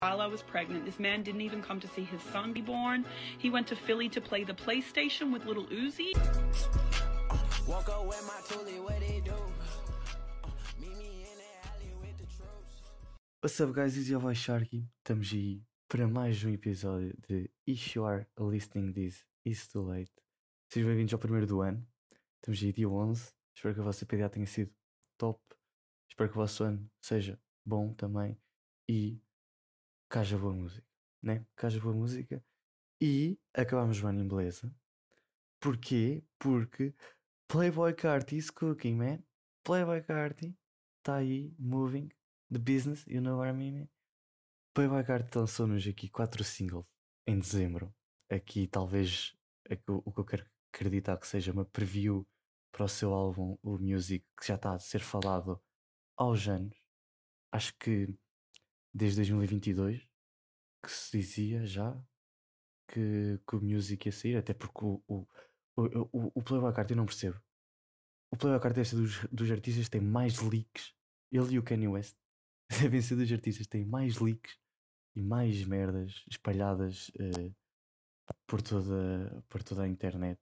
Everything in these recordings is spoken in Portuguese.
while I was pregnant. This man didn't even come to see his son be born. He went to Philly to play the PlayStation with Little Uzi. Walk up with my toolie, what they do? Meet me in the alley with the troops. What's up, guys? Easy of Sharky. Estamos aí para mais um episódio de If You Are Listening This Is Too Late. Sejam bem-vindos ao primeiro do ano. Estamos aí dia 11. Espero que a vossa PDA tenha sido top. Espero que o vosso ano seja bom também. E que haja boa música, né? Que haja boa música. E acabamos o ano em beleza. Porquê? Porque Playboi Carti is cooking, man. Playboi Carti está aí, moving the business, you know what I mean? Playboi Carti lançou-nos aqui 4 singles em dezembro. Aqui talvez o que eu quero acreditar que seja uma preview para o seu álbum, o Music, que já está a ser falado aos anos. Acho que desde 2022 que se dizia já que o Music ia sair, até porque o Playboi Carti eu não percebo. O Playboi Carti deve ser dos artistas que tem mais leaks. Ele e o Kanye West devem ser dos artistas que têm mais leaks e mais merdas espalhadas por toda a internet.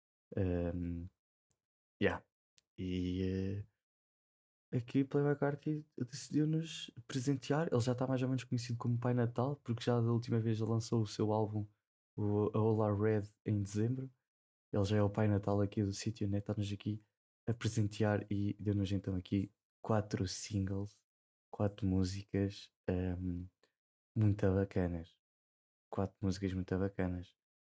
Yeah. E aqui Playboi Carti decidiu-nos presentear. Ele já está mais ou menos conhecido como Pai Natal, porque já da última vez ele lançou o seu álbum, a Ola Red, em dezembro. Ele já é o Pai Natal aqui do sítio, né? Está-nos aqui a presentear e deu-nos então aqui 4 singles, 4 músicas muito bacanas. 4 músicas muito bacanas.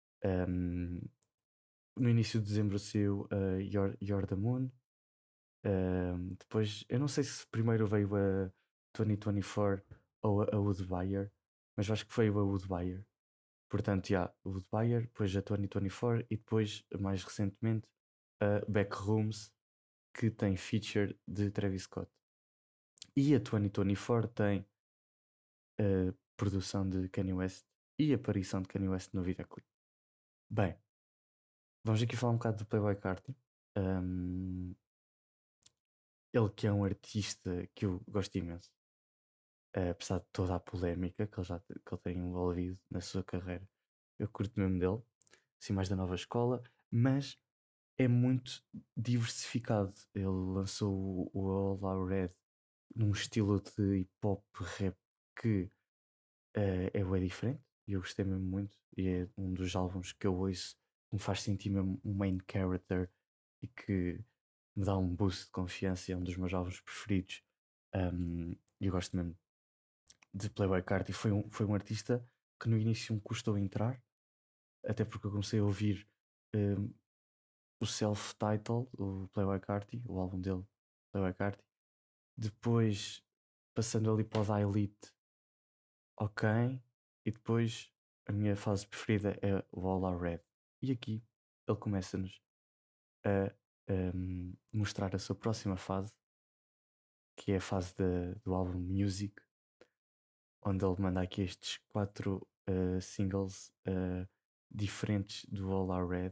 No início de dezembro saiu You're the Moon. Depois, eu não sei se primeiro veio a 2024 ou a Woodbuyer, mas eu acho que foi a Woodbuyer. Portanto, a Woodbuyer, depois a 2024 e depois, mais recentemente, a Backrooms, que tem feature de Travis Scott. E a 2024 tem a produção de Kanye West e a aparição de Kanye West no videoclipe. Bem, vamos aqui falar um bocado do Playboi Carti. Ele que é um artista que eu gosto imenso, apesar de toda a polémica que ele tem envolvido na sua carreira. Eu curto mesmo dele, assim mais da nova escola, mas é muito diversificado. Ele lançou o All Our Red num estilo de hip hop rap que é bem diferente e eu gostei mesmo muito. E é um dos álbuns que eu ouço que me faz sentir mesmo um main character e que me dá um boost de confiança. É um dos meus álbuns preferidos. E eu gosto mesmo de Playboi Carti. Foi um artista que no início me custou a entrar, até porque eu comecei a ouvir o self-title, o Playboi Carti, o álbum dele, Playboi Carti. Depois, passando ali para o Da Elite, ok. E depois, a minha fase preferida é o All Our Red. E aqui, ele começa-nos a mostrar a sua próxima fase, que é a fase do álbum Music, onde ele manda aqui estes 4 singles diferentes do All Our Red.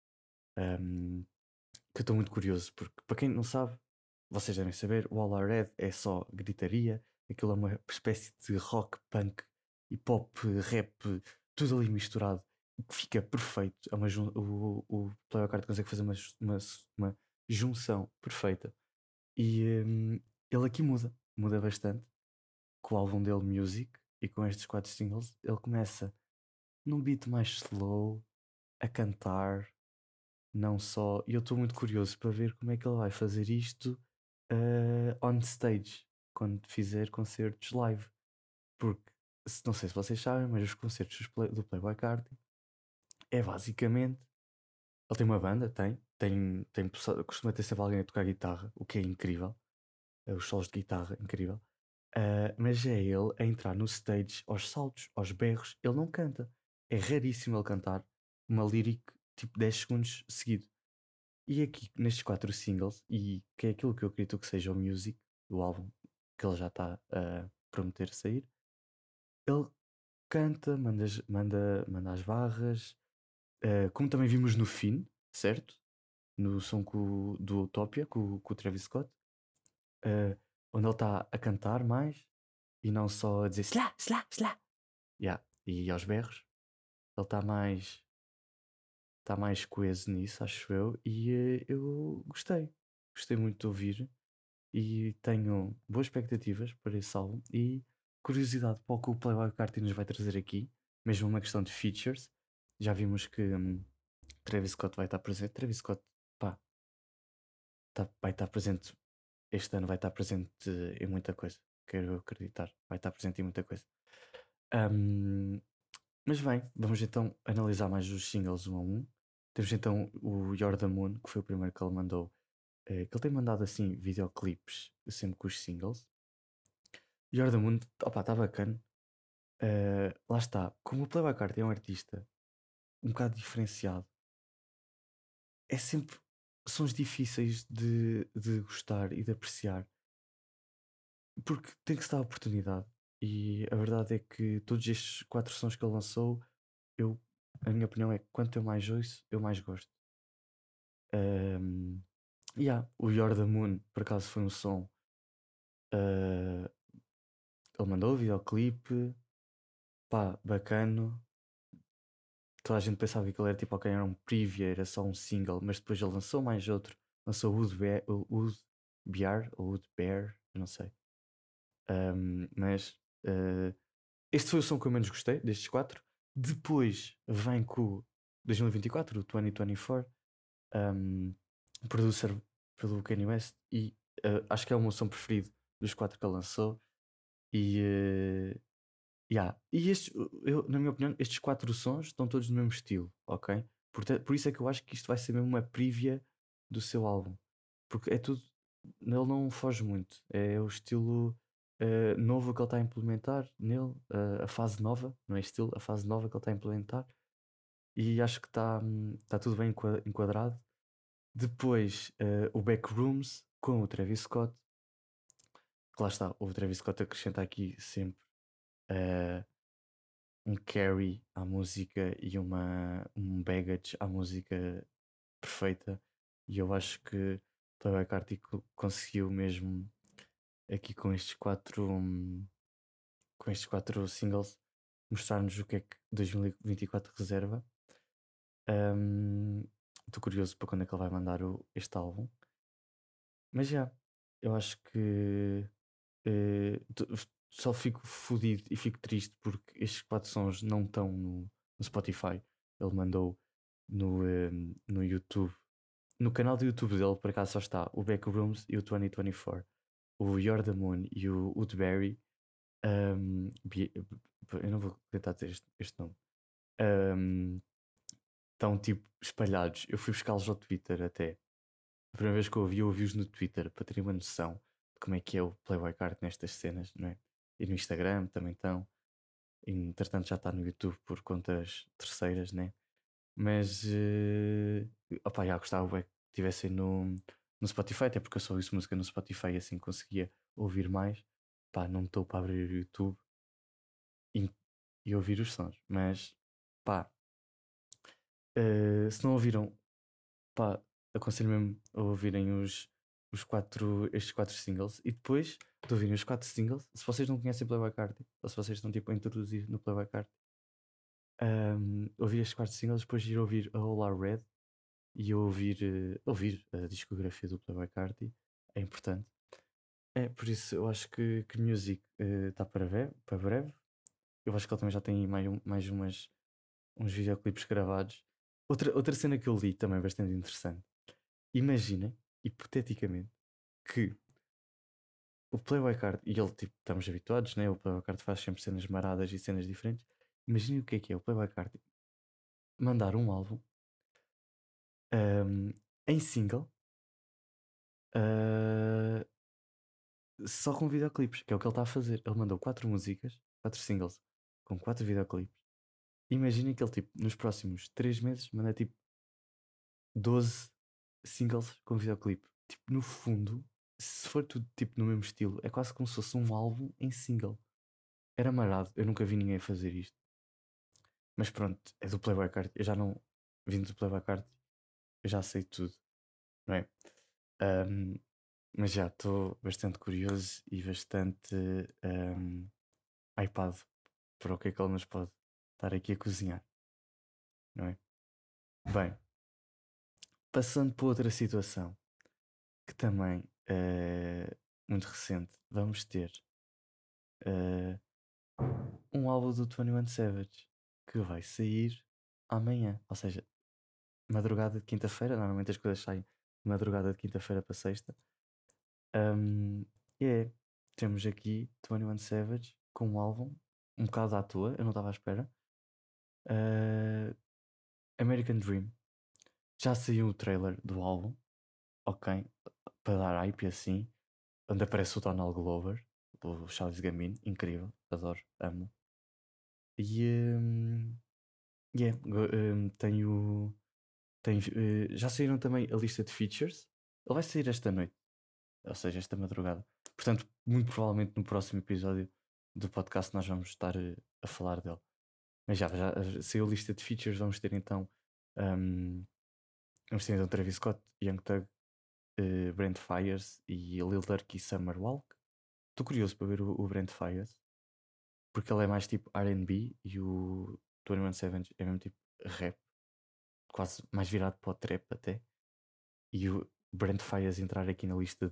Que eu estou muito curioso, porque para quem não sabe, vocês devem saber, o All Our Red é só gritaria, aquilo é uma espécie de rock, punk, hip hop, rap, tudo ali misturado, e que fica perfeito. O Playboi Carti consegue fazer uma junção perfeita. E ele aqui muda bastante com o álbum dele Music e com estes 4 singles. Ele começa num beat mais slow, a cantar, não só. E eu estou muito curioso para ver como é que ele vai fazer isto on stage, quando fizer concertos live. Porque, não sei se vocês sabem, mas os concertos do Playboi Carti é basicamente. Ele tem uma banda, costuma ter sempre alguém a tocar guitarra, o que é incrível. Os solos de guitarra, incrível. Mas é ele a entrar no stage aos saltos, aos berros. Ele não canta. É raríssimo ele cantar uma lyric tipo 10 segundos seguido. E aqui nestes 4 singles, e que é aquilo que eu acredito que seja o Music, o álbum que ele já está a prometer sair, ele canta, manda as barras, como também vimos no Fin, certo? No som do Utopia, com o Travis Scott, onde ele está a cantar mais e não só a dizer slá, slá, slá. Yeah. E aos berros, ele está mais coeso nisso, acho eu, e eu gostei muito de ouvir e tenho boas expectativas para esse álbum e curiosidade para o que o Playboi Carti nos vai trazer aqui, mesmo uma questão de features. Já vimos que Travis Scott vai estar presente. Travis Scott, pá, vai estar presente este ano, vai estar presente em muita coisa. Quero eu acreditar, vai estar presente em muita coisa. Um, mas bem, vamos então analisar mais os singles um a um. Temos então o You're the Moon, que foi o primeiro que ele mandou. Que ele tem mandado assim videoclipes sempre com os singles. You're the Moon, opa, está bacana. Lá está, como o Playboi Carti é um artista um bocado diferenciado, é sempre sons difíceis de gostar e de apreciar, porque tem que se dar a oportunidade. E a verdade é que todos estes 4 sons que ele lançou, eu, a minha opinião é que quanto eu mais ouço, eu mais gosto. Um, o You're the Moon, por acaso, foi um som. uh, Ele mandou o videoclipe, pá, bacano. Toda a gente pensava que aquilo era tipo, ok, era um preview, era só um single, mas depois ele lançou mais outro. Lançou Wood Bear, ou Wood Bear, eu não sei. Mas este foi o som que eu menos gostei destes 4. Depois vem com o 2024, o 2024, producer pelo Kanye West, e acho que é o meu som preferido dos 4 que ele lançou. E e estes, na minha opinião, estes 4 sons estão todos no mesmo estilo, ok? Por isso é que eu acho que isto vai ser mesmo uma previa do seu álbum, porque é tudo, ele não foge muito, é o estilo novo que ele está a implementar nele, a fase nova, não é estilo, a fase nova que ele está a implementar, e acho que está tudo bem enquadrado. Depois, o Backrooms com o Travis Scott, que lá está, o Travis Scott acrescenta aqui sempre. Um carry à música e um baggage à música perfeita. E eu acho que Playboi Carti conseguiu mesmo aqui com estes 4 singles mostrar-nos o que é que 2024 reserva. Estou curioso para quando é que ele vai mandar este álbum. Mas já, eu acho que só fico fodido e fico triste porque estes 4 sons não estão no Spotify. Ele mandou no YouTube. No canal do YouTube dele, por acaso, só está o Backrooms e o 2024. O You're the Moon e o Woodberry. Eu não vou tentar dizer este nome. Estão tipo espalhados. Eu fui buscá-los ao Twitter até. A primeira vez que eu ouvi-os no Twitter para terem uma noção de como é que é o Playboi Carti nestas cenas, não é? E no Instagram também estão. Entretanto já está no YouTube por contas terceiras, né? Mas opá, já gostava bué que estivessem no Spotify, até porque eu só ouço música no Spotify e assim conseguia ouvir mais. Pá, não estou para abrir o YouTube e, e ouvir os sons, mas pá, se não ouviram, pá, aconselho mesmo a ouvirem estes 4 singles e depois de ouvirem os 4 singles, se vocês não conhecem Playboi Carti ou se vocês estão tipo a introduzir no Playboi Carti, ouvir estes 4 singles, depois ir ouvir a All Are Red e ouvir a discografia do Playboi Carti é importante. É, por isso eu acho que Music está para breve. Eu acho que ele também já tem mais uns videoclipes gravados. Outra cena que eu li também bastante interessante. Imaginem, hipoteticamente, que o Playboi Carti, e ele tipo, estamos habituados, né? O Playboi Carti faz sempre cenas maradas e cenas diferentes. Imaginem o que é o Playboi Carti mandar um álbum em single, uh, só com videoclipes, que é o que ele está a fazer. Ele mandou 4 músicas, 4 singles, com 4 videoclipes. Imaginem que ele, tipo, nos próximos 3 meses, manda tipo 12 singles com videoclipe. Tipo, no fundo, se for tudo tipo no mesmo estilo, é quase como se fosse um álbum em single. Era marado, eu nunca vi ninguém fazer isto. Mas pronto, é do Playboi Carti. Eu já não, vindo do Playboi Carti, eu já sei tudo, não é? Mas já estou bastante curioso e bastante iPad para o que é que ele nos pode estar aqui a cozinhar, não é? Bem, passando para outra situação que também é muito recente, vamos ter eh, um álbum do 21 Savage que vai sair amanhã, ou seja, madrugada de quinta-feira. Normalmente as coisas saem de madrugada de quinta-feira para sexta. E temos aqui 21 Savage com um álbum um bocado à toa, eu não estava à espera. American Dream. Já saiu o trailer do álbum, ok, para dar hype assim, onde aparece o Donald Glover, do Charles Gambino, incrível, adoro, amo. E tenho, já saíram também a lista de features. Ele vai sair esta noite, ou seja, esta madrugada. Portanto, muito provavelmente no próximo episódio do podcast nós vamos estar a falar dele. Mas já saiu a lista de features. Vamos ter então Travis Scott, Young Thug, Brent Fires e Lil Durk e Summer Walk. Estou curioso para ver o Brent Fires, porque ele é mais tipo R&B e o 21 Savage é mesmo tipo rap, quase mais virado para o trap até. E o Brent Fires entrar aqui na lista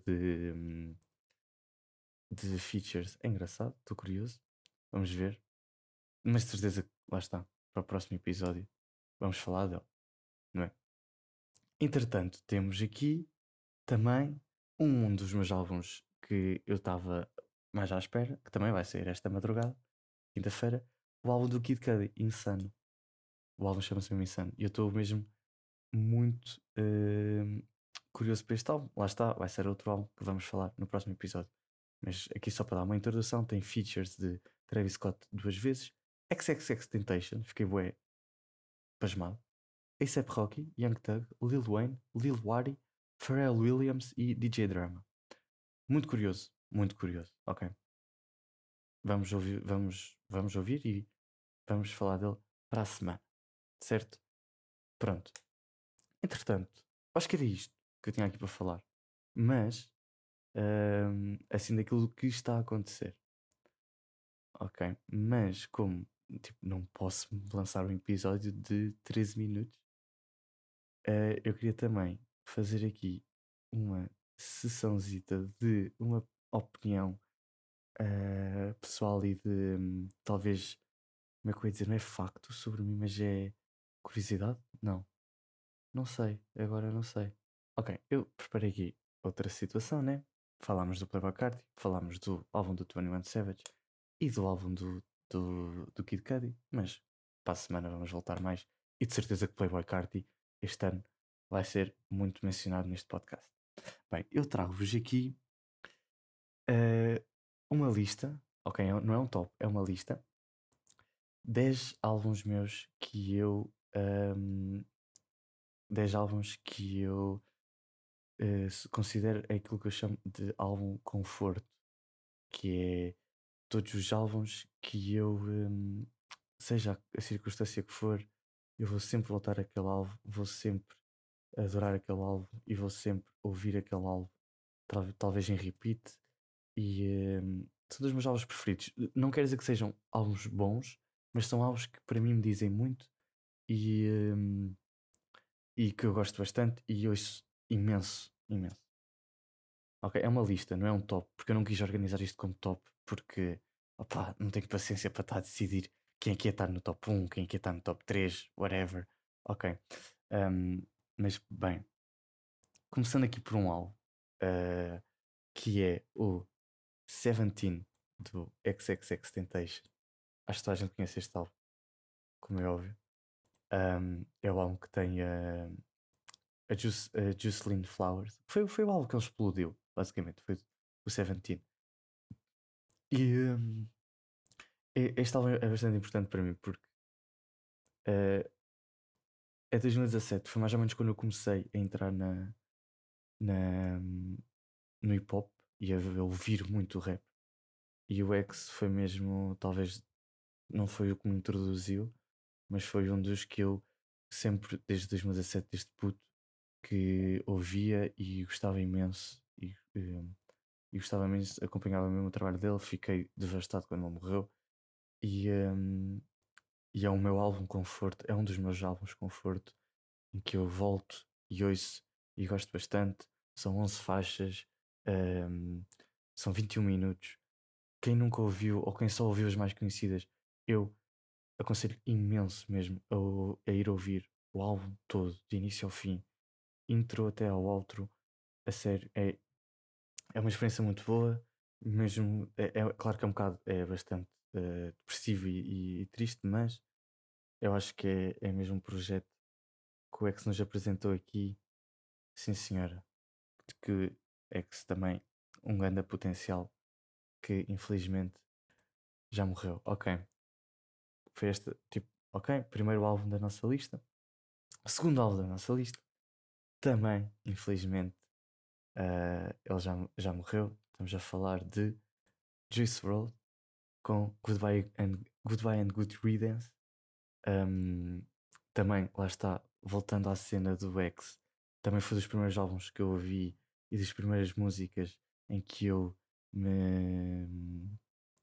de features é engraçado, estou curioso. Vamos ver. Mas de certeza que lá está, para o próximo episódio vamos falar dele, não é? Entretanto, temos aqui também um dos meus álbuns que eu estava mais à espera, que também vai sair esta madrugada, quinta-feira, o álbum do Kid Cudi, Insano. O álbum chama-se mesmo Insano. E eu estou mesmo muito curioso para este álbum. Lá está, vai ser outro álbum que vamos falar no próximo episódio. Mas aqui só para dar uma introdução, tem features de Travis Scott 2 vezes, XXXTentacion, fiquei bué pasmado, A$AP Rocky, Young Thug, Lil Wayne, Lil Wari, Pharrell Williams e DJ Drama. Muito curioso, muito curioso. Ok, vamos ouvir e vamos falar dele para a semana, certo? Pronto. Entretanto, acho que era isto que eu tinha aqui para falar. Mas, assim, daquilo que está a acontecer. Ok, mas como tipo, não posso lançar um episódio de 13 minutos, eu queria também fazer aqui uma sessãozita de uma opinião pessoal e de talvez, como é que eu ia dizer, não é facto sobre mim, mas é curiosidade? Não, não sei, agora não sei. Ok, eu preparei aqui outra situação, né? Falámos do Playboi Carti, falámos do álbum do 21 Savage e do álbum do Kid Cudi, mas para a semana vamos voltar mais. E de certeza que Playboi Carti este ano vai ser muito mencionado neste podcast. Bem, eu trago-vos aqui uma lista, ok? Não é um top, é uma lista. 10 álbuns meus que eu. 10 álbuns que eu considero aquilo que eu chamo de álbum conforto, que é todos os álbuns que eu, seja a circunstância que for, eu vou sempre voltar àquele álbum, vou sempre adorar aquele álbum e vou sempre ouvir aquele álbum, talvez em repeat. E são dos meus álbuns preferidos. Não quer dizer que sejam álbuns bons, mas são álbuns que para mim me dizem muito e, e que eu gosto bastante e ouço imenso, imenso. Ok, é uma lista, não é um top, porque eu não quis organizar isto como top, porque opá, não tenho paciência para estar a decidir quem é que ia estar no top 1, quem é que ia estar no top 3, whatever. Ok. Um, mas bem, começando aqui por um álbum, que é o 17 do XXXTentacion. Acho que toda a gente conhece este álbum, como é óbvio. É o álbum que tem a Jocelyn Flowers. Foi o álbum que ele explodiu, basicamente. Foi o 17. E este álbum é bastante importante para mim porque é 2017. Foi mais ou menos quando eu comecei a entrar na, no hip hop e a ouvir muito rap. E o X foi mesmo, talvez não foi o que me introduziu, mas foi um dos que eu sempre, desde 2017, desde puto, que ouvia e gostava imenso. E gostava imenso, acompanhava mesmo o trabalho dele. Fiquei devastado quando ele morreu. E, hum, e é o meu álbum conforto, é um dos meus álbuns conforto, em que eu volto e ouço e gosto bastante. São 11 faixas, hum, são 21 minutos. Quem nunca ouviu ou quem só ouviu as mais conhecidas, eu aconselho imenso mesmo a ir ouvir o álbum todo, de início ao fim, intro até ao outro. A sério, é uma experiência muito boa, mesmo. É claro que é um bocado, é bastante depressivo e triste, mas eu acho que é mesmo um projeto que o X nos apresentou aqui, sim senhora, que X também um grande potencial que infelizmente já morreu. Ok, foi este tipo, ok, primeiro álbum da nossa lista. Segundo álbum da nossa lista, também, infelizmente, ele já morreu. Estamos a falar de Juice WRLD com Goodbye and Good Riddance. Um, Também, lá está, voltando à cena do X, também foi dos primeiros álbuns que eu ouvi e das primeiras músicas em que eu me,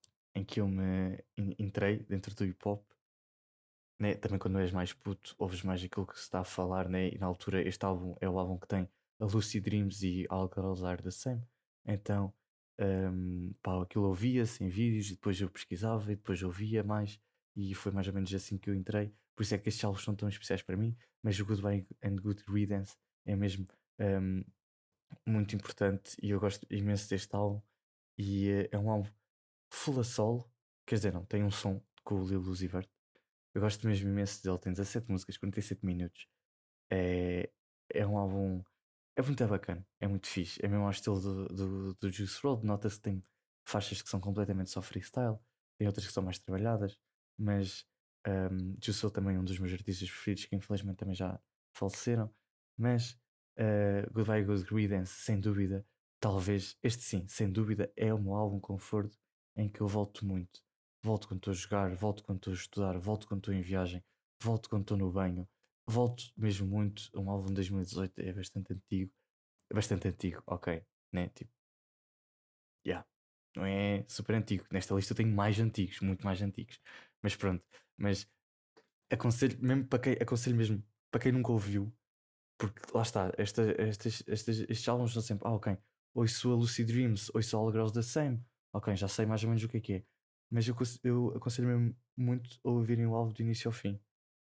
entrei dentro do hip hop. Né? Também quando és mais puto, ouves mais aquilo que se está a falar, né? E na altura este álbum é o álbum que tem a Lucid Dreams e All Girls Are The Same. Então, pá, aquilo ouvia-se em vídeos e depois eu pesquisava e depois ouvia mais e foi mais ou menos assim que eu entrei. Por isso é que estes álbuns são tão especiais para mim, mas o Goodbye and Good Riddance é mesmo hum, muito importante e eu gosto imenso deste álbum e é um álbum full a solo, quer dizer, não, tem um som com o Lil Uzi Vert. Eu gosto mesmo imenso dele, tem 17 músicas, 47 minutos. É, é um álbum. É muito bacana, é muito fixe. É mesmo ao estilo do Juice WRLD. Nota-se que tem faixas que são completamente só freestyle, tem outras que são mais trabalhadas. Mas Juice WRLD também é um dos meus artistas preferidos, que infelizmente também já faleceram. Mas Goodbye Good Riddance, sem dúvida, talvez este sim, sem dúvida, é o meu álbum conforto em que eu volto muito. Volto quando estou a jogar, volto quando estou a estudar, volto quando estou em viagem, volto quando estou no banho, volto mesmo muito. Um álbum de 2018 é bastante antigo. É bastante antigo, ok, né? Tipo, yeah. Não é super antigo. Nesta lista eu tenho mais antigos, muito mais antigos. Mas pronto, mas aconselho mesmo para quem, aconselho mesmo para quem nunca ouviu, porque lá está, estes álbuns são sempre, ok, ouço a Lucid Dreams, ouço All Girls the Same, ok, já sei mais ou menos o que é. Mas eu aconselho mesmo muito a ouvirem o álbum do início ao fim.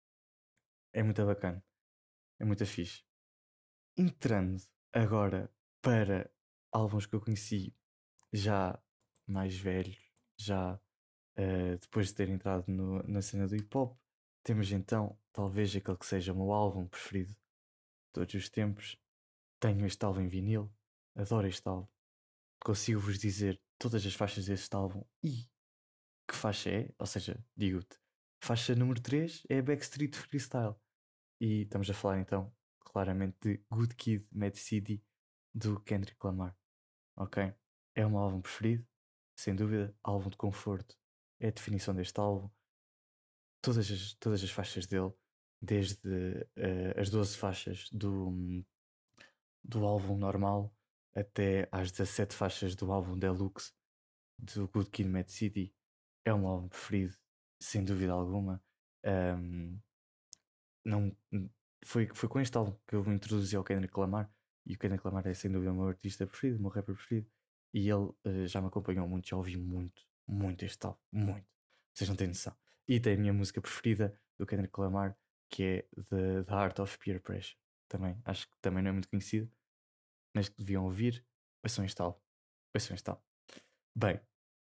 É muito bacana, é muito fixe. Entrando agora para álbuns que eu conheci já mais velhos, já depois de ter entrado na cena do hip hop, temos então talvez aquele que seja o meu álbum preferido de todos os tempos. Tenho este álbum em vinil, adoro este álbum, consigo-vos dizer todas as faixas deste álbum e que faixa é, ou seja, digo-te, faixa número 3 é Backstreet Freestyle. E estamos a falar então claramente de Good Kid, Mad City do Kendrick Lamar. Ok? É o meu álbum preferido, sem dúvida, álbum de conforto. É a definição deste álbum. Todas as faixas dele, desde as 12 faixas do álbum normal até às 17 faixas do álbum Deluxe do Good Kid, Mad City, é o meu álbum preferido, sem dúvida alguma. Um, não, foi com este álbum que eu me introduzi ao Kendrick Lamar e o Kendrick Lamar é sem dúvida o meu artista preferido, o meu rapper preferido e ele já me acompanhou muito, já ouvi muito, muito este álbum, muito, vocês não têm noção. E tem a minha música preferida do Kendrick Lamar, que é The Art of Peer Pressure. Também, acho que também não é muito conhecido, mas que deviam ouvir. Ouçam este álbum, ouçam este álbum. Bem,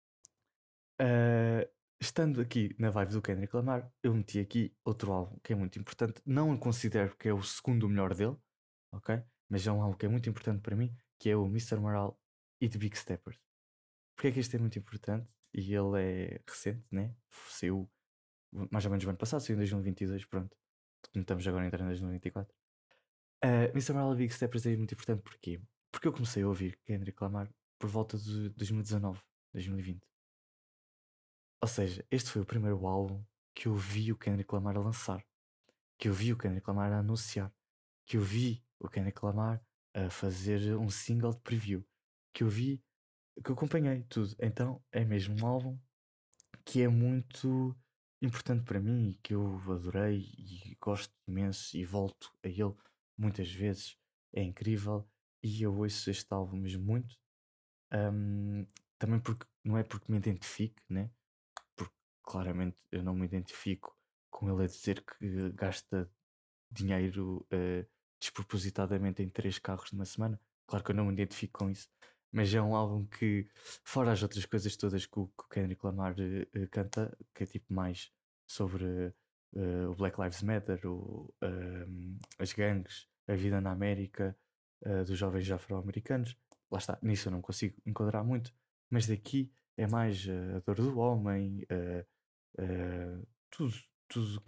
Uh, estando aqui na vibe do Kendrick Lamar, eu meti aqui outro álbum que é muito importante. Não o considero que é o segundo melhor dele, ok? Mas é um álbum que é muito importante para mim, que é o Mr. Morale e The Big Steppers. Porque é que este é muito importante? E ele é recente, né? Saiu mais ou menos no ano passado, saiu em 2022, pronto. Como estamos agora a entrar em 2024. Mr. Morale e Big Steppers é muito importante porquê? Porque eu comecei a ouvir Kendrick Lamar por volta de 2019, 2020. Ou seja, este foi o primeiro álbum que eu vi o Kendrick Lamar a lançar, que eu vi o Kendrick Lamar a anunciar, que eu vi o Kendrick Lamar a fazer um single de preview, que eu vi, que eu acompanhei tudo. Então é mesmo um álbum que é muito importante para mim e que eu adorei e gosto imenso e volto a ele muitas vezes. É incrível e eu ouço este álbum mesmo muito. Ahm, Também porque não é porque me identifique, né? Porque claramente eu não me identifico com ele a dizer que gasta dinheiro despropositadamente em 3 carros numa semana. Claro que eu não me identifico com isso, mas é um álbum que, fora as outras coisas todas que o Kendrick Lamar canta, que é tipo mais sobre o Black Lives Matter, as gangues, a vida na América, dos jovens afro-americanos. Lá está, nisso eu não consigo enquadrar muito, mas daqui é mais a dor do homem, tudo, tudo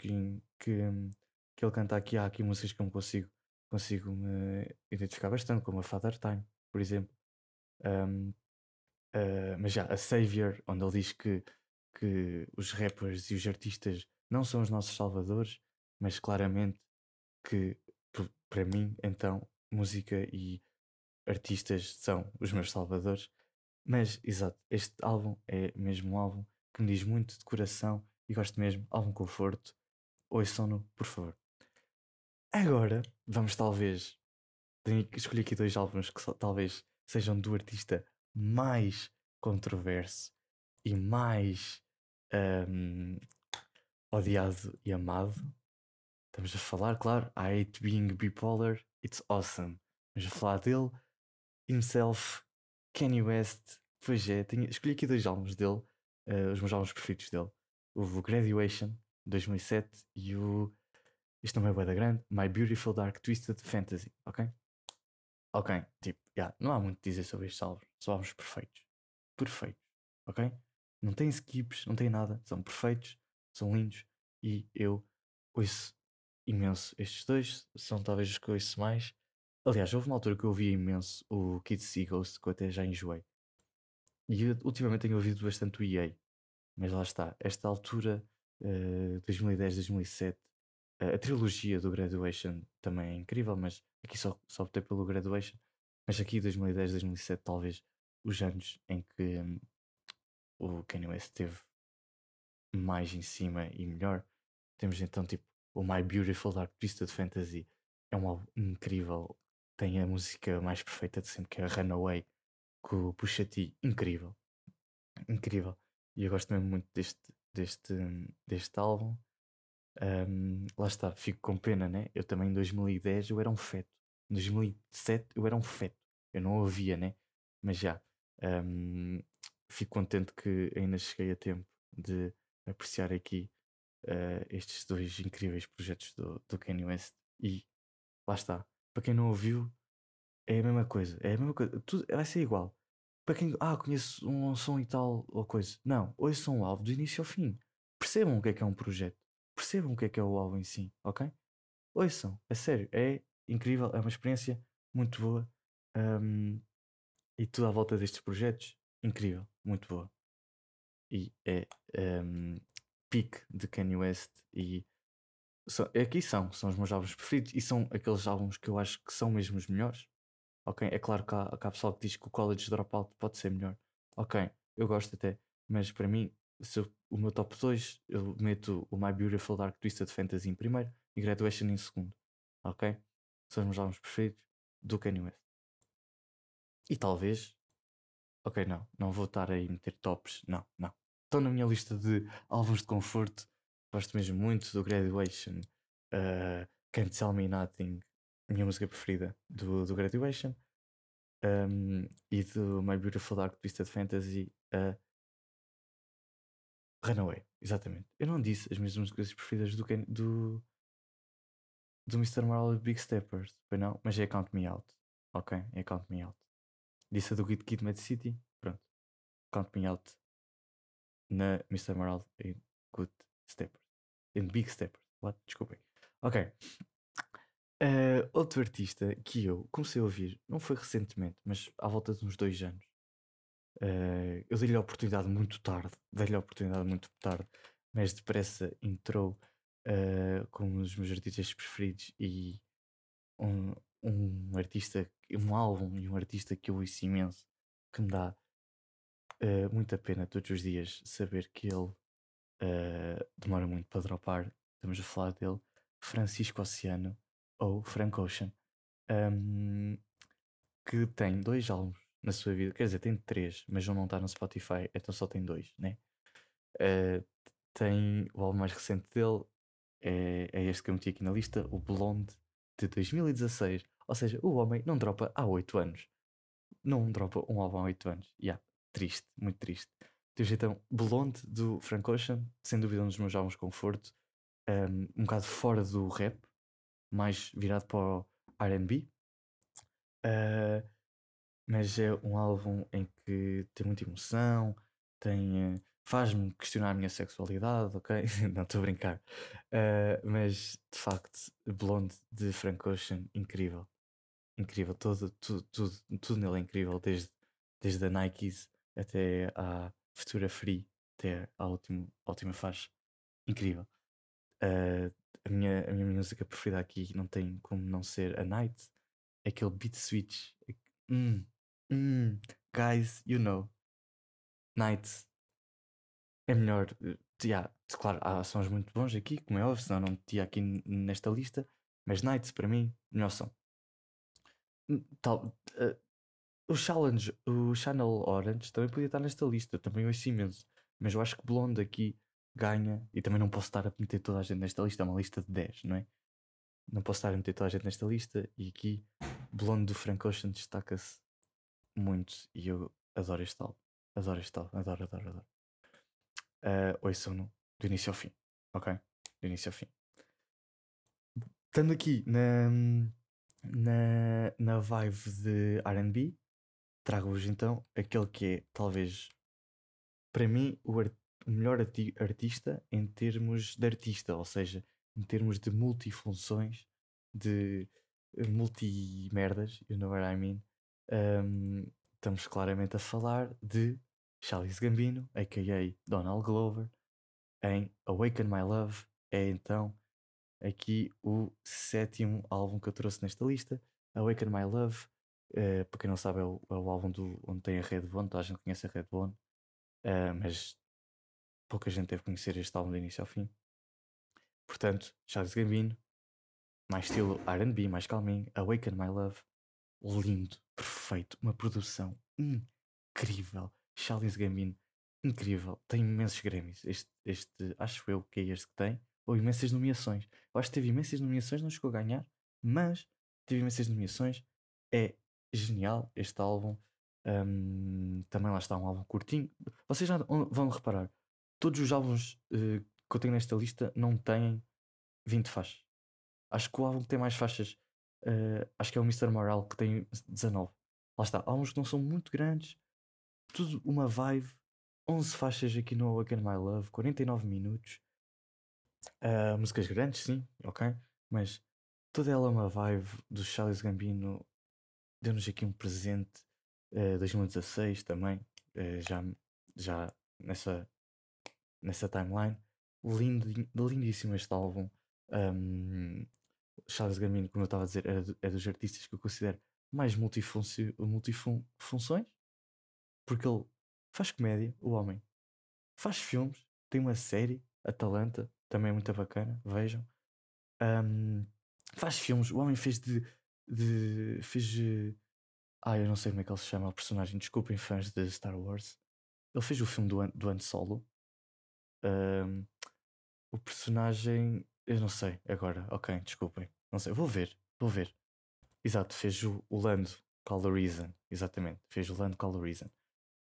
que ele canta aqui. Há aqui músicas que eu me consigo me identificar bastante, como a Father Time, por exemplo. Um, mas já, a Savior, onde ele diz que os rappers e os artistas não são os nossos salvadores, mas claramente que para mim, então, música e artistas são os meus salvadores. Mas, exato, este álbum é mesmo um álbum que me diz muito de coração e gosto mesmo, álbum conforto. Ouçam-no, por favor. Agora, vamos talvez. Tenho que escolher aqui 2 álbuns que talvez sejam do artista mais controverso e mais ahm, odiado e amado. Estamos a falar, claro, I Hate Being Bipolar, It's Awesome. Vamos a falar dele, himself, Kanye West. Pois é, escolhi aqui 2 álbuns dele, os meus álbuns preferidos dele. O Graduation, 2007, e o. Isto não é bué da grande, My Beautiful Dark Twisted Fantasy, ok? Ok, tipo, yeah, não há muito a dizer sobre estes álbuns. São álbuns perfeitos. Perfeitos, ok? Não tem skips, não tem nada. São perfeitos, são lindos e eu ouço imenso estes dois. São talvez os que eu ouço mais. Aliás, houve uma altura que eu ouvia imenso o Kids See Ghost, que eu até já enjoei. E ultimamente tenho ouvido bastante o EA. Mas lá está, esta altura, 2010, 2007, a trilogia do Graduation também é incrível, mas aqui só optei pelo Graduation. Mas aqui 2010, 2007, talvez os anos em que o Kanye West esteve mais em cima e melhor. Temos então tipo o My Beautiful Dark Twisted Fantasy, é um álbum incrível. Tem a música mais perfeita de sempre, que é a Runaway, com o Pusha T, incrível, incrível. E eu gosto mesmo muito deste álbum. Lá está, fico com pena, né? Eu também em 2010 eu era um feto. Em 2007 eu era um feto. Eu não ouvia, né? Mas já. Fico contente que ainda cheguei a tempo de apreciar aqui estes 2 incríveis projetos do Kanye West. E lá está. Para quem não ouviu, é a mesma coisa. É a mesma coisa. Tudo vai ser igual. Para quem, conheço um som e tal, ou coisa. Não, ouçam o álbum do início ao fim. Percebam o que é um projeto. Percebam o que é o álbum em si, ok? Ouçam, a sério, é incrível, é uma experiência muito boa. Ahm, e tudo à volta destes projetos, incrível, muito boa. E é peak de Kanye West. E aqui são os meus álbuns preferidos e são aqueles álbuns que eu acho que são mesmo os melhores. Ok, é claro que há pessoal que diz que o College Dropout pode ser melhor. Ok, eu gosto até, mas para mim, o meu top 2, eu meto o My Beautiful Dark Twisted Fantasy em primeiro e Graduation em segundo. Ok? São os meus álbuns preferidos do Kanye West. E talvez, ok, não vou estar aí a meter tops, não. Estão na minha lista de álbuns de conforto. Gosto mesmo muito do Graduation, Can't Tell Me Nothing, minha música preferida do Graduation. E do My Beautiful Dark Twisted Fantasy, Runaway, exatamente. Eu não disse as minhas músicas preferidas do Mr. Morale e Big Steppers, foi não, mas é Count Me Out, ok? É Count Me Out. Disse a do Kid Kid Mad City, pronto. Count Me Out na Mr. Morale e Good Steppers. Em Big Steppers, what? Desculpem. Ok. Outro artista que eu comecei a ouvir, não foi recentemente, mas à volta de uns 2 anos. Eu dei-lhe a oportunidade muito tarde, mas depressa entrou como um dos meus artistas preferidos e um, um artista, um álbum e um artista que eu ouço imenso, que me dá muita pena todos os dias saber que ele demora muito para dropar. Estamos a falar dele, Francisco Oceano ou Frank Ocean, um, que tem 2 álbuns na sua vida, quer dizer, tem 3, mas um não está no Spotify, então só tem 2, né? Uh, Tem o álbum mais recente dele, é este que eu meti aqui na lista, o Blonde de 2016. Ou seja, o homem não dropa há 8 anos. Não dropa um álbum há 8 anos. Yeah, triste, muito triste. Temos então Blonde do Frank Ocean, sem dúvida um dos meus álbuns de conforto, um bocado fora do rap, mais virado para o R&B. Mas é um álbum em que tem muita emoção, faz-me questionar a minha sexualidade, ok? Não estou a brincar. Mas de facto, Blonde de Frank Ocean, incrível. Incrível, tudo nele é incrível, desde a Nikes até à Futura Free, até à última faixa. Incrível. Uh, a minha música preferida aqui não tem como não ser a Night, aquele beat switch. Hum, guys, you know, Night é melhor. Claro, há sons muito bons aqui, como é óbvio, senão não metia aqui nesta lista. Mas Night, para mim, melhor som. Tal, o Channel Orange também podia estar nesta lista, eu também ouço imenso. Mas eu acho que Blonde aqui ganha, e também não posso estar a meter toda a gente nesta lista, é uma lista de 10, não é? Não posso estar a meter toda a gente nesta lista, e aqui Blonde do Frank Ocean destaca-se muito, e eu adoro este álbum. Adoro este álbum, adoro. Ouçam-no do início ao fim, ok? Do início ao fim. Estando aqui na vibe de R&B, trago-vos então aquele que é, talvez, para mim, o melhor artista em termos de artista, ou seja, em termos de multifunções, de multi-merdas, you know what I mean? Estamos claramente a falar de Childish Gambino, a.k.a. Donald Glover, em Awaken My Love. É então aqui o 7º álbum que eu trouxe nesta lista. Awaken My Love, para quem não sabe, é o álbum onde tem a Redbone. Toda a gente conhece a Redbone, mas pouca gente deve conhecer este álbum do início ao fim. Portanto, Childish Gambino, mais estilo R&B, mais calminho. Awaken My Love, lindo, perfeito, uma produção incrível. Childish Gambino, incrível, tem imensos Grammys. Este acho eu que é este que tem, ou imensas nomeações. Eu acho que teve imensas nomeações, não chegou a ganhar, mas teve imensas nomeações. É genial este álbum. Também lá está um álbum curtinho. Vocês já vão reparar, todos os álbuns que eu tenho nesta lista não têm 20 faixas. Acho que o álbum que tem mais faixas, acho que é o Mr. Morale, que tem 19. Lá está, álbuns que não são muito grandes, tudo uma vibe. 11 faixas aqui no Awaken My Love, 49 minutos. Músicas grandes, sim, ok, mas toda ela uma vibe do Childish Gambino. Deu-nos aqui um presente, 2016 também, já nessa timeline. Lindíssimo este álbum. Childish Gambino, como eu estava a dizer, é dos artistas que eu considero mais multifunções, porque ele faz comédia, o homem faz filmes, tem uma série, Atalanta, também é muito bacana, vejam. Faz filmes, o homem fez eu não sei como é que ele se chama, o personagem, desculpem, fãs de Star Wars. Ele fez o filme do Han Solo. O personagem, eu não sei agora, ok, desculpem, não sei, vou ver. Exato, fez o Lando Calrissian, exatamente, fez o Lando Calrissian.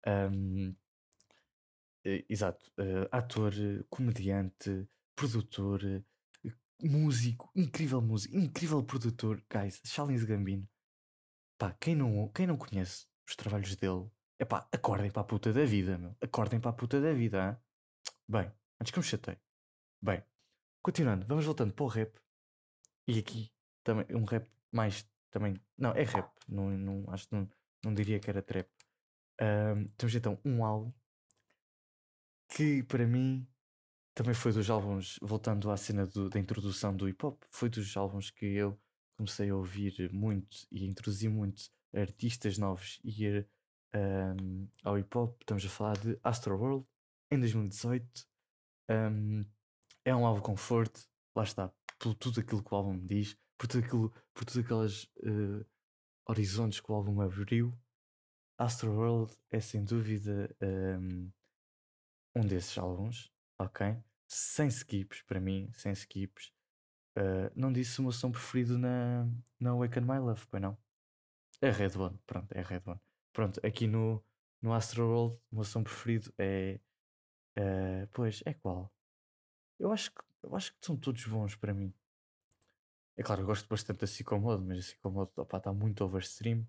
Exato, ator, comediante, produtor, músico, incrível produtor, guys. Childish Gambino, pá, quem não conhece os trabalhos dele, é pá, acordem para a puta da vida, meu, acordem para a puta da vida, hein? Bem, antes que me chatei. Bem, continuando, vamos voltando para o rap. E aqui também um rap mais também. Não, é rap. Acho que não diria que era trap. Temos então um álbum que para mim também foi dos álbuns, voltando à cena da introdução do hip hop, foi dos álbuns que eu comecei a ouvir muito e a introduzir muito artistas novos e ir ao hip hop. Estamos a falar de Astroworld em 2018. Hum, é um álbum conforto, lá está, por tudo aquilo que o álbum me diz, por tudo aquelas horizontes que o álbum abriu. Astroworld é sem dúvida um desses álbuns, ok? Sem skips, para mim, sem skips. Não disse o meu som preferido na Awaken My Love, pois não? É Red One, pronto, é Red One. Pronto, aqui no Astroworld, o meu som preferido é. Pois, é qual? Eu acho que são todos bons para mim. É claro, eu gosto bastante da Sycamore, mas a Sycamore está muito overstream.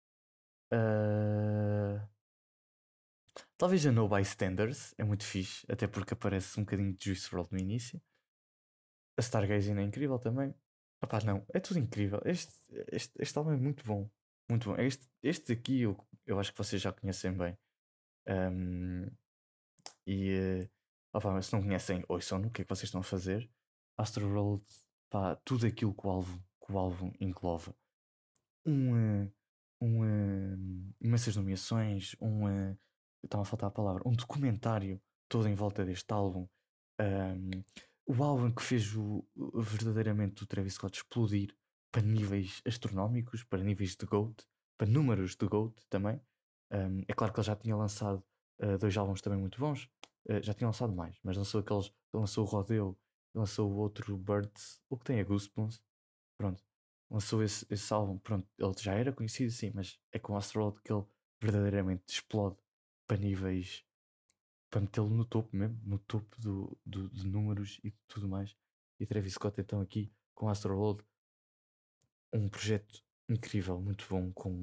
Ah, talvez a No Bystanders é muito fixe, até porque aparece um bocadinho de Juice WRLD no início. A Stargazing é incrível também. Opá, não, é tudo incrível. Este álbum é muito bom. Muito bom. Este aqui eu acho que vocês já conhecem bem. Ahm, opá, mas se não conhecem, ouçam o que é que vocês estão a fazer. Astroworld, pá, tudo aquilo que o álbum engloba. Um, imensas nomeações, estava a faltar a palavra, um documentário todo em volta deste álbum. Um, o álbum que fez verdadeiramente o Travis Scott explodir para níveis astronómicos, para níveis de GOAT, para números de GOAT também. É claro que ele já tinha lançado dois álbuns também muito bons, já tinha lançado mais, mas lançou o Rodeo, lançou o outro Birds, o que tem a Goosebumps, pronto, lançou esse álbum, pronto, ele já era conhecido sim, mas é com o Astroworld que ele verdadeiramente explode para níveis, para metê-lo no topo mesmo, no topo de números e de tudo mais. E Travis Scott então aqui com Astroworld, um projeto incrível, muito bom, com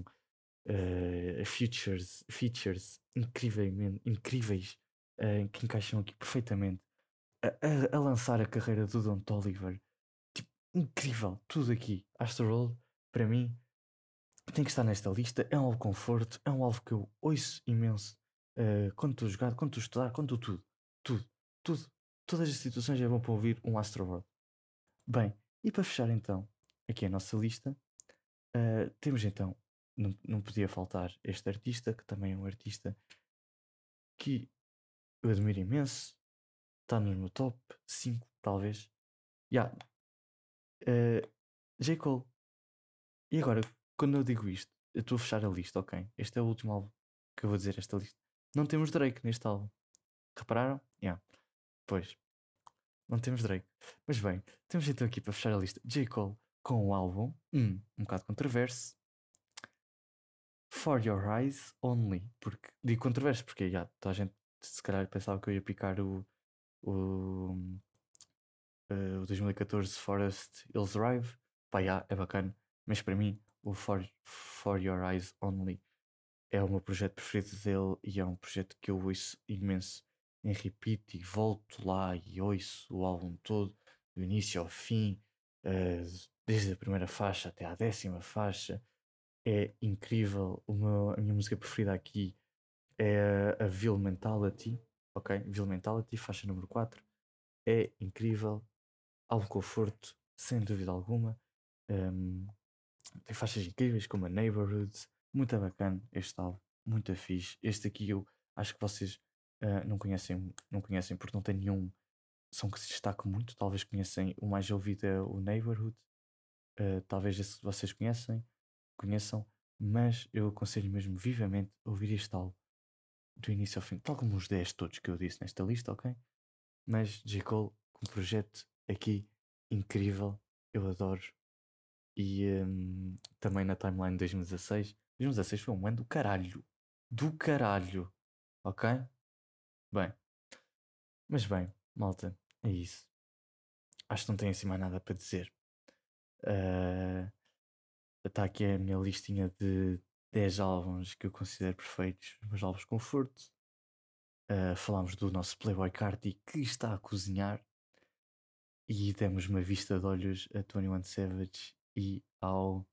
features incríveis, que encaixam aqui perfeitamente a lançar a carreira do Don Toliver. Tipo, incrível, tudo aqui. Astroworld, para mim, tem que estar nesta lista. É um álbum conforto, é um álbum que eu ouço imenso quando estou a jogar, quando estou a estudar, quando estou tudo, tudo. Todas as situações é bom para ouvir um Astroworld. Bem, e para fechar então aqui a nossa lista, temos então, não podia faltar este artista, que também é um artista que eu admiro imenso, está no meu top 5, talvez. Yeah, J. Cole. E agora, quando eu digo isto, eu estou a fechar a lista, ok? Este é o último álbum que eu vou dizer esta lista. Não temos Drake neste álbum. Repararam? Yeah. Pois, não temos Drake. Mas bem, temos então aqui para fechar a lista J. Cole com o álbum, um bocado controverso, For Your Eyes Only. Porque, digo controverso porque já, toda a gente se calhar pensava que eu ia picar o, o 2014 Forest Hills Drive. Pá, já, é bacana. Mas para mim, o For Your Eyes Only é o meu projeto preferido dele e é um projeto que eu ouço imenso em repeat e volto lá e ouço o álbum todo, do início ao fim, eh, desde a primeira faixa até à 10ª faixa. É incrível. A minha música preferida aqui é a Ville Mentality, ok? Ville Mentality, faixa número 4. É incrível, álbum conforto, sem dúvida alguma. Um, tem faixas incríveis como a Neighborhood, muito bacana este álbum, muito fixe. Este aqui eu acho que vocês não conhecem porque não tem nenhum som que se destaque muito. Talvez conhecem, o mais ouvido é o Neighborhood, talvez esse vocês conheçam, mas eu aconselho mesmo vivamente a ouvir este álbum do início ao fim, tal como os 10 todos que eu disse nesta lista, ok? Mas J. Cole, um projeto aqui incrível, eu adoro. E também na timeline de 2016. 2016 foi um ano do caralho. Do caralho. Ok? Bem, mas bem, malta, é isso. Acho que não tenho assim mais nada para dizer. Está aqui a minha listinha de 10 álbuns que eu considero perfeitos, os meus álbuns de conforto. Falámos do nosso Playboy Carti que está a cozinhar. E demos uma vista de olhos a 21 Savage e ao.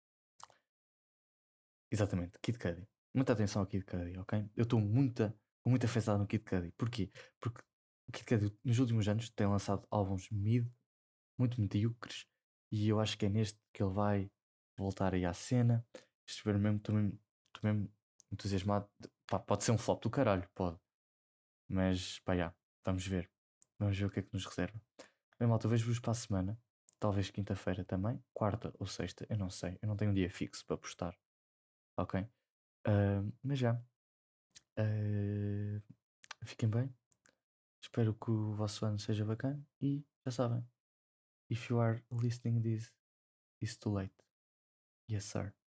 Exatamente, Kid Cudi. Muita atenção ao Kid Cudi, ok? Eu estou com muita fé no Kid Cudi. Porquê? Porque o Kid Cudi nos últimos anos tem lançado álbuns muito medíocres e eu acho que é neste que ele vai voltar aí à cena. Estou mesmo entusiasmado. Pá, pode ser um flop do caralho, pode. Mas pá, já, vamos ver. Vamos ver o que é que nos reserva. Bem, malta, eu vejo-vos para a semana. Talvez quinta-feira também. Quarta ou sexta, eu não sei. Eu não tenho um dia fixo para postar. Ok? Mas já. Fiquem bem. Espero que o vosso ano seja bacana. E já sabem. If you are listening this, it's too late. Yes, sir.